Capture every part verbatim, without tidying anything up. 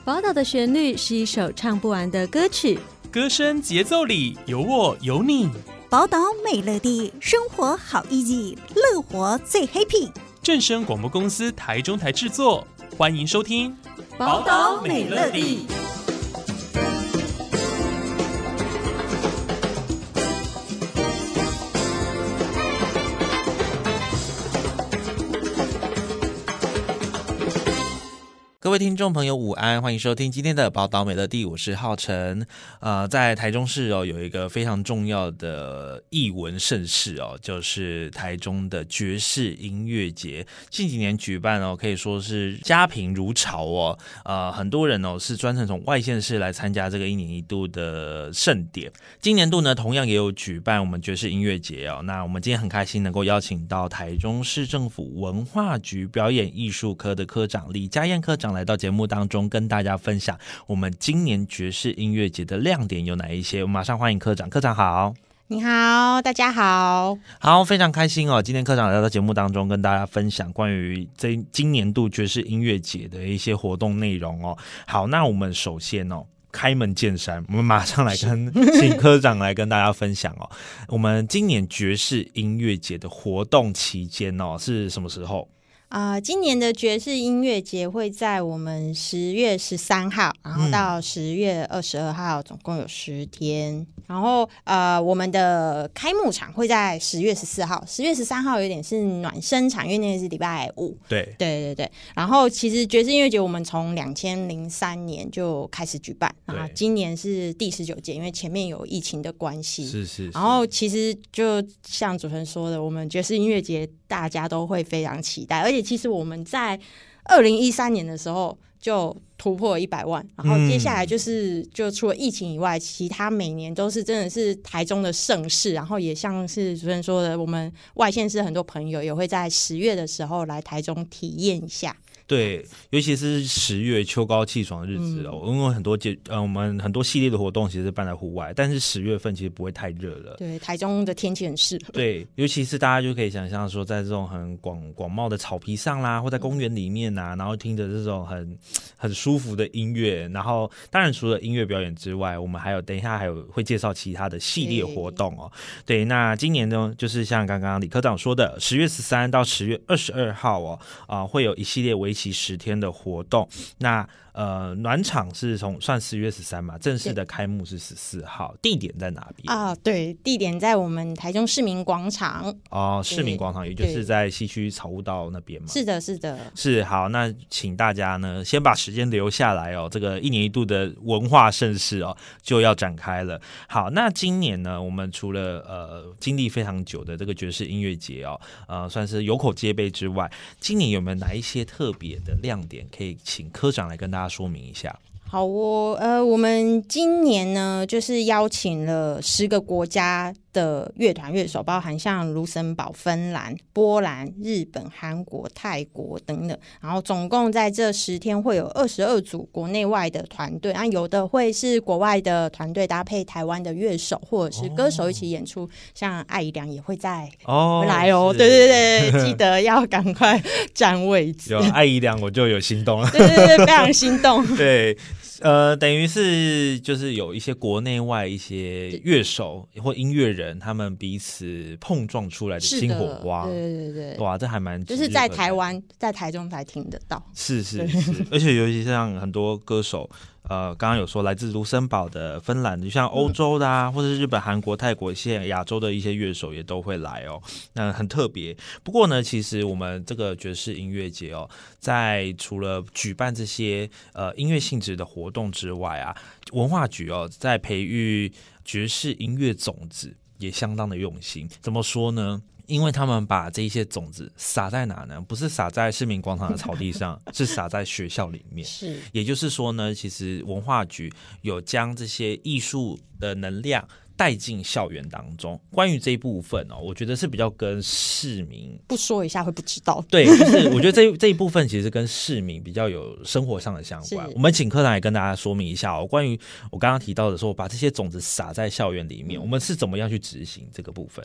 宝岛的旋律是一首唱不完的歌曲， 歌声节奏里有我有你。 宝岛美乐地，生活好 easy， 乐活最 happy。 正声广播公司台中台制作，欢迎收听宝岛美乐地。 各位听众朋友午安，欢迎收听今天的宝岛美乐地，我是浩辰。呃，在台中市哦，有一个非常重要的艺文盛事哦，就是台中的爵士音乐节。近几年举办哦，可以说是家贫如潮哦。呃，很多人哦是专程从外县市来参加这个一年一度的盛典。今年度呢，同样也有举办我们爵士音乐节哦。那我们今天很开心能够邀请到台中市政府文化局表演艺术科的科长李佳燕科长来到节目当中，跟大家分享我们今年爵士音乐节的亮点有哪一些。我们马上欢迎科长。科长好。 你好，大家好。 好，非常开心哦，今天科长来到节目当中跟大家分享关于这今年度爵士音乐节的一些活动内容哦。好，那我们首先哦开门见山，我们马上来跟请科长来跟大家分享哦。我们今年爵士音乐节的活动期间哦是什么时候？ 啊、呃，今年的爵士音乐节会在我们十月十三号，然后到十月二十二号，总共有十天。然后呃，我们的开幕场会在十月十四号，十月十三号有点是暖身场，因为那个是礼拜五。 对对对对。然后其实爵士音乐节我们从两千零三年就开始举办，然后今年是第十九届，因为前面有疫情的关系。 是 是, 是。 然后其实就像主持人说的，我们爵士音乐节大家都会非常期待，而且其实我们在二零一三年的时候就突破一百万，然后接下来就是就除了疫情以外，其他每年都是真的是台中的盛事，然后也像是主持人说的，我们外县市很多朋友也会在十月的时候来台中体验一下。 对，尤其是十月秋高气爽的日子哦，嗯、因为很多节呃我们很多系列的活动其实办在户外，但是十月份其实不会太热了。 对，台中的天气很适合。 对，尤其是大家就可以想象说，在这种很广广袤的草皮上啦，或在公园里面啊，然后听着这种很很舒服的音乐，然后当然除了音乐表演之外，我们还有等一下还有会介绍其他的系列活动哦。对，那今年呢，就是像刚刚李科长说的，十月十三到十月二十二号哦，啊、呃，会有一系列为期十天的活动。那呃，暖场是从算十月十三嘛，正式的开幕是十四号，地点在哪边啊？对，地点在我们台中市民广场。 哦，市民广场，也就是在西区草悟道那边嘛。 是的，是的， 是。好，那请大家呢先把时间留下来哦，这个一年一度的文化盛事哦就要展开了。好，那今年呢，我们除了呃经历非常久的这个爵士音乐节哦，呃算是有口皆碑之外，今年有没有哪一些特别的亮点可以请科长来跟大家说明一下？ 好哦，呃，我们今年呢，就是邀请了十个国家的乐团乐手，包含像卢森堡、芬兰、波兰、日本、韩国、泰国等等。然后总共在这十天会有二十二组国内外的团队，啊，有的会是国外的团队搭配台湾的乐手或者是歌手一起演出，哦、像艾怡良也会在哦来哦。对对对，记得要赶快占位置。 有艾怡良我就有心动了， 对对对，非常心动。 对。呃，等于是就是有一些国内外一些乐手或音乐人，他们彼此碰撞出来的新火花。 对对对对， 哇，这还蛮就是在台湾、在台中才听得到。 是是是，而且尤其像很多歌手。呃，刚刚有说来自卢森堡的、芬兰的，像欧洲的啊，嗯、或者是日本、韩国、泰国一些亚洲的一些乐手也都会来哦，那很特别。不过呢，其实我们这个爵士音乐节哦，在除了举办这些呃音乐性质的活动之外啊，文化局哦在培育爵士音乐种子也相当的用心。怎么说呢？因为他们把这些种子撒在哪呢？不是撒在市民广场的草地上，是撒在学校里面。 是， 也就是说呢，其实文化局有将这些艺术的能量带进校园当中。关于这一部分哦，我觉得是比较跟市民不说一下会不知道。 对，就是我觉得这这一部分其实跟市民比较有生活上的相关。我们请科长也跟大家说明一下哦，关于我刚刚提到的说，把这些种子撒在校园里面，嗯、我们是怎么样去执行这个部分？ 嗯，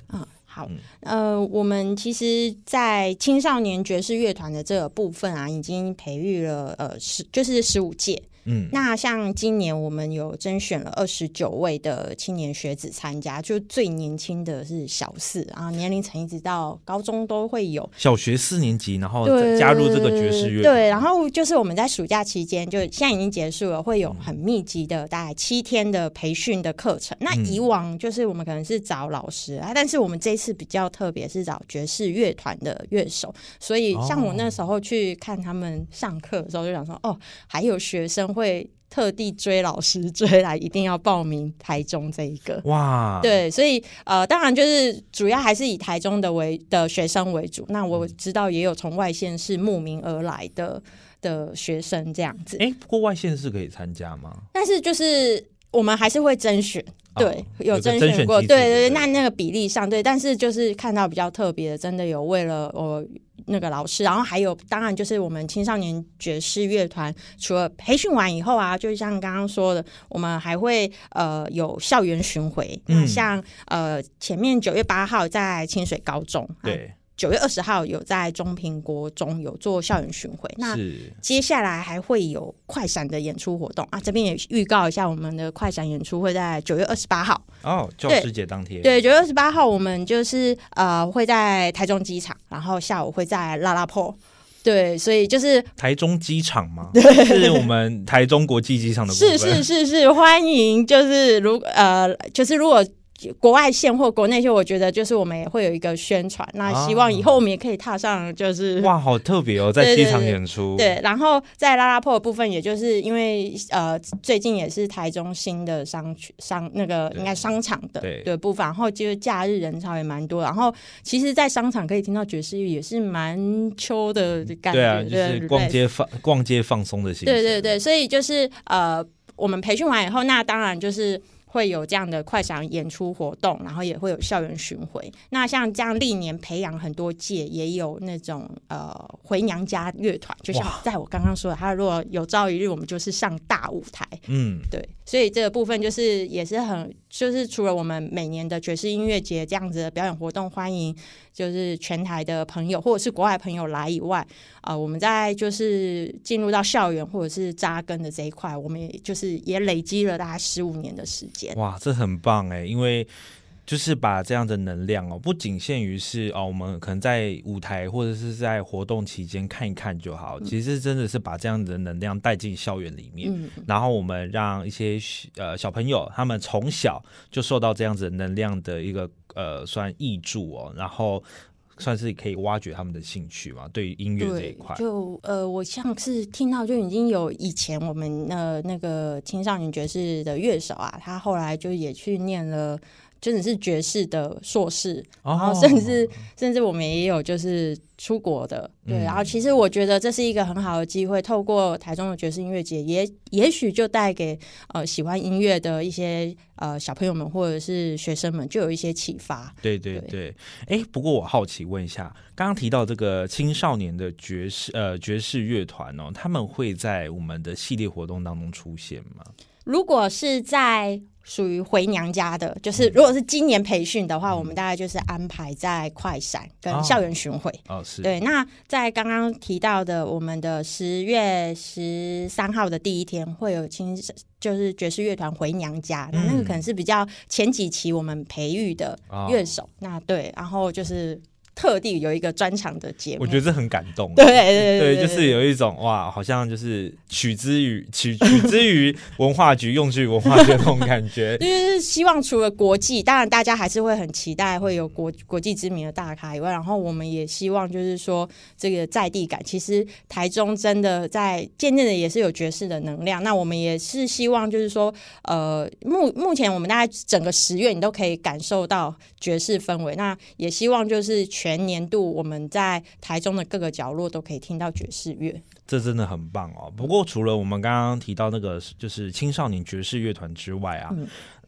好，嗯、呃，我们其实，在青少年爵士乐团的这个部分啊，已经培育了呃十，就是十五届。嗯，那像今年我们有甄选了二十九位的青年学子参加，就最年轻的是小四啊，年龄层一直到高中都会有。 小学四年级，然后加入这个爵士乐。 对，然后就是我们在暑假期间，就现在已经结束了，会有很密集的大概七天的培训的课程。那以往就是我们可能是找老师啊，但是我们这次比较特别是找爵士乐团的乐手，所以像我那时候去看他们上课的时候，就想说哦，还有学生会特地追老师追来，一定要报名台中这一个。哇，对，所以呃，当然就是主要还是以台中的为的学生为主。那我知道也有从外县市慕名而来的的学生这样子。 哎，不过外县市可以参加吗？ 但是就是我们还是会甄选。对，哦、有甄选过，对对对，那那个比例上对，但是就是看到比较特别的，真的有为了我那个老师，然后还有当然就是我们青少年爵士乐团，除了培训完以后啊，就像刚刚说的，我们还会呃有校园巡回，嗯、那像呃前面九月八号在清水高中，对。九月二十号有在中平国中有做校园巡回，那接下来还会有快闪的演出活动啊！这边也预告一下，我们的快闪演出会在九月二十八号哦，教师节当天。 对，九月二十八号我们就是呃会在台中机场，然后下午会在拉拉坡。对，所以就是台中机场吗？对，是我们台中国际机场的部分。 是是是是，欢迎，就是如呃，就是如果。国外线或国内线，我觉得就是我们也会有一个宣传。那希望以后我们也可以踏上，就是哇，好特别哦，在机场演出。 对， 对， 对，然后在拉拉坡的部分，也就是因为呃，最近也是台中新的商商那个应该商场的的部分，然后就是假日人潮也蛮多。然后其实，在商场可以听到爵士乐，也是蛮秋的感觉。 对啊，就是逛街放逛街放松的心情。 对对对，所以就是呃，我们培训完以后，那当然就是。会有这样的快闪演出活动，然后也会有校园巡回。那像这样历年培养很多届，也有那种呃回娘家乐团，就像在我刚刚说的，他如果有朝一日我们就是上大舞台，嗯，对，所以这个部分就是也是很，就是除了我们每年的爵士音乐节这样子的表演活动，欢迎就是全台的朋友或者是国外朋友来以外，啊、呃，我们在就是进入到校园或者是扎根的这一块，我们也就是也累积了大概十五年的时间。 哇，这很棒哎！因为就是把这样的能量哦，不仅限于是哦，我们可能在舞台或者是在活动期间看一看就好，嗯、其实真的是把这样的能量带进校园里面，嗯、然后我们让一些呃小朋友他们从小就受到这样子的能量的一个呃算益助哦，然后。算是可以挖掘他们的兴趣嘛？对于音乐这一块， 就呃，我像是听到就已经有以前我们呃那个青少年爵士的乐手啊，他后来就也去念了。真的是爵士的硕士，然后甚至、哦、甚至我们也有就是出国的，对、嗯，然后其实我觉得这是一个很好的机会，透过台中的爵士音乐节，也也许就带给呃喜欢音乐的一些呃小朋友们或者是学生们，就有一些启发。 对对对，哎，不过我好奇问一下，刚刚提到这个青少年的爵士呃爵士乐团哦，他们会在我们的系列活动当中出现吗？ 如果是在属于回娘家的，就是如果是今年培训的话、嗯、我们大概就是安排在快闪跟校园巡回。 哦，是。 对，那在刚刚提到的我们的十月十三号的第一天会有青就是爵士乐团回娘家、嗯、那个可能是比较前几期我们培育的乐手、哦、那对，然后就是特地有一个专场的节目， 我觉得这很感动。 对对 对, 对, 对, 对，就是有一种哇，好像就是取之于取取之于文化局，用之于文化局的那种感觉。 就是希望除了国际，当然大家还是会很期待会有国国际知名的大咖以外，然后我们也希望就是说这个在地感，其实台中真的在渐渐的也是有爵士的能量。那我们也是希望就是说，呃，目目前我们大概整个十月你都可以感受到爵士氛围。那也希望就是全全年度我们在台中的各个角落都可以听到爵士乐， 这真的很棒哦。不过除了我们刚刚提到那个就是青少年爵士乐团之外啊、嗯、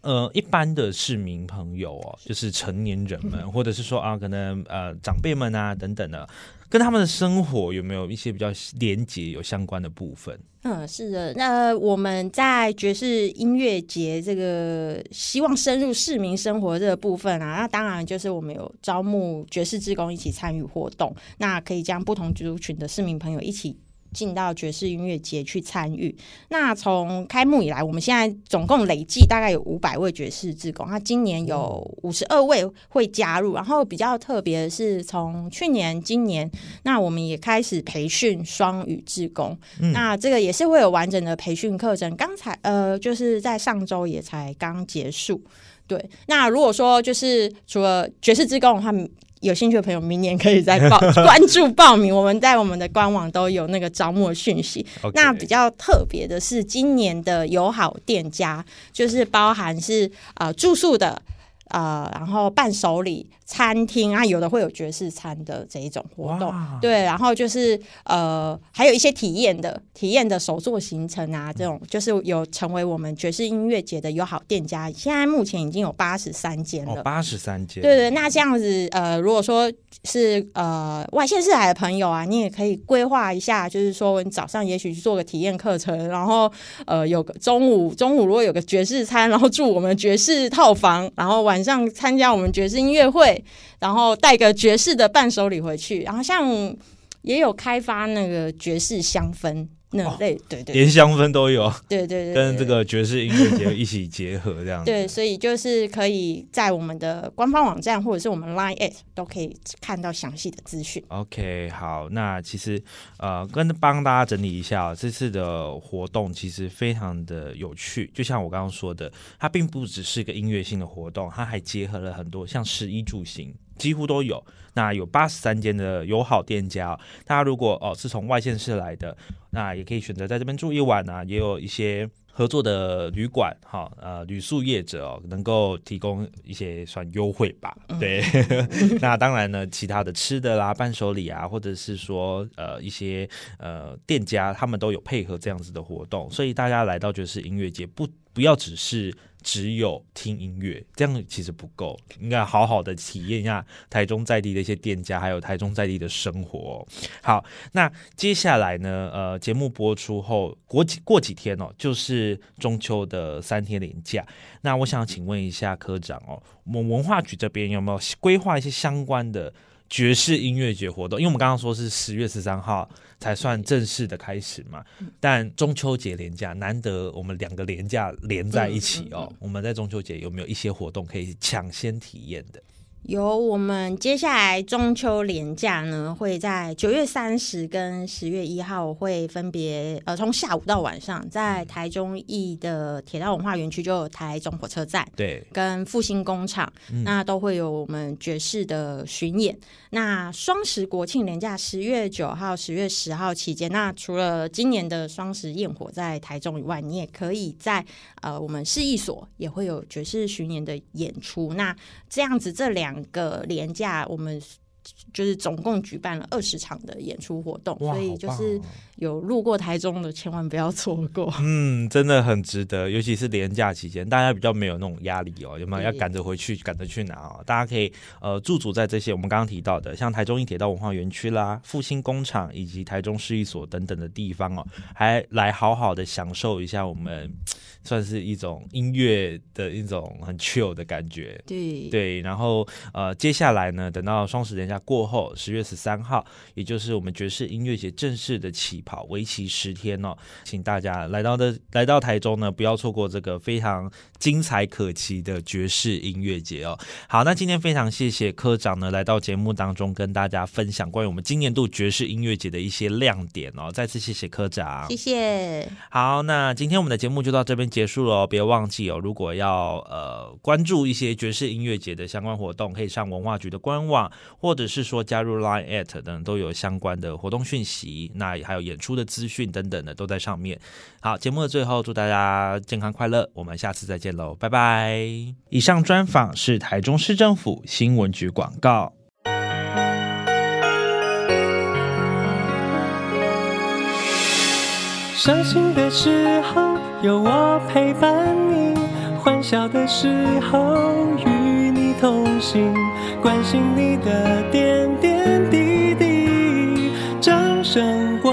呃一般的市民朋友哦，就是成年人们，或者是说啊，可能呃长辈们啊等等的，跟他们的生活有没有一些比较连结有相关的部分？ 嗯，是的。那我们在爵士音乐节这个希望深入市民生活这个部分啊，那当然就是我们有招募爵士志工一起参与活动，那可以将不同族群的市民朋友一起进到爵士音乐节去参与。那从开幕以来，我们现在总共累计大概有五百位爵士志工，那今年有五十二位会加入。然后比较特别的是，从去年、今年，那我们也开始培训双语志工。嗯、那这个也是会有完整的培训课程。刚才呃，就是在上周也才刚结束。对，那如果说就是除了爵士志工的话，有兴趣的朋友明年可以再报关注报名，我们在我们的官网都有那个招募的讯息。Okay. 那比较特别的是，今年的友好店家就是包含是呃住宿的。呃，然后伴手礼、餐厅啊，有的会有爵士餐的这一种活动，对，然后就是呃，还有一些体验的、体验的手作行程啊，这种就是有成为我们爵士音乐节的友好店家。现在目前已经有八十三间了， 八十三间， 对对。那这样子，呃，如果说是呃外县市来的朋友啊，你也可以规划一下，就是说你早上也许去做个体验课程，然后呃有个中午中午如果有个爵士餐，然后住我们爵士套房，然后晚上参加我们爵士音乐会，然后带个爵士的伴手礼回去，然后像也有开发那个爵士香氛那类、哦、对对， 连香氛都有， 对对 对, 对， 跟这个爵士音乐节一起结合这样子。 对，所以就是可以在我们的官方网站或者是我们 Line at 都可以看到详细的资讯。 OK， 好，那其实呃，跟帮大家整理一下，这次的活动其实非常的有趣，就像我刚刚说的，它并不只是个音乐性的活动，它还结合了很多像食衣住行。几乎都有，那有八十三间的友好店家，大家如果哦是从外县市来的，那也可以选择在这边住一晚啊，也有一些合作的旅馆，哈、哦，呃，旅宿业者哦，能够提供一些算优惠吧，对。嗯、那当然呢，其他的吃的啦、伴手礼啊，或者是说呃一些呃店家，他们都有配合这样子的活动，所以大家来到爵士音乐节，不不要只是。只有听音乐，这样其实不够，应该好好的体验一下台中在地的一些店家，还有台中在地的生活、哦。好，那接下来呢？呃，节目播出后过几过几天哦，就是中秋的三天连假。那我想请问一下科长哦，我们文化局这边有没有规划一些相关的爵士音乐节活动？因为我们刚刚说是十月十三号才算正式的开始嘛，但中秋节连假难得我们两个连假连在一起哦，我们在中秋节有没有一些活动可以抢先体验的？ 有，我们接下来中秋连假呢，会在九月三十跟十月一号会分别呃从下午到晚上，在台中义的铁道文化园区就有台中火车站， 对， 跟复兴工厂、嗯，那都会有我们爵士的巡演。那双十国庆连假十月九号、十月十号期间，那除了今年的双十焰火在台中以外，你也可以在呃我们市役所也会有爵士巡演的演出。那这样子这两两个连假，我们就是总共举办了二十场的演出活动，所以就是有路过台中的千万不要错过。 嗯，真的很值得，尤其是连假期间，大家比较没有那种压力哦，有没有要赶着回去、赶着去哪哦？大家可以呃驻足在这些我们刚刚提到的，像台中一铁道文化园区啦、复兴工厂以及台中市役所等等的地方哦，还来好好的享受一下我们算是一种音乐的一种很 chill 的感觉。 对对，然后呃接下来呢，等到双十连假过后，十月十三号，也就是我们爵士音乐节正式的起跑，为期十天哦，请大家来到的来到台中呢，不要错过这个非常精彩可期的爵士音乐节哦。好，那今天非常谢谢科长呢来到节目当中跟大家分享关于我们今年度爵士音乐节的一些亮点哦，再次谢谢科长， 谢谢。 好，那今天我们的节目就到这边结束了哦，别忘记哦，如果要呃关注一些爵士音乐节的相关活动，可以上文化局的官网，或者是说加入 Line at 等都有相关的活动讯息，那还有演出的资讯等等的都在上面。好，节目的最后祝大家健康快乐，我们下次再见喽，拜拜。以上专访是台中市政府新闻局广告。 伤心的时候有我陪伴你， 欢笑的时候，与你同行，关心你的点点滴滴。掌声广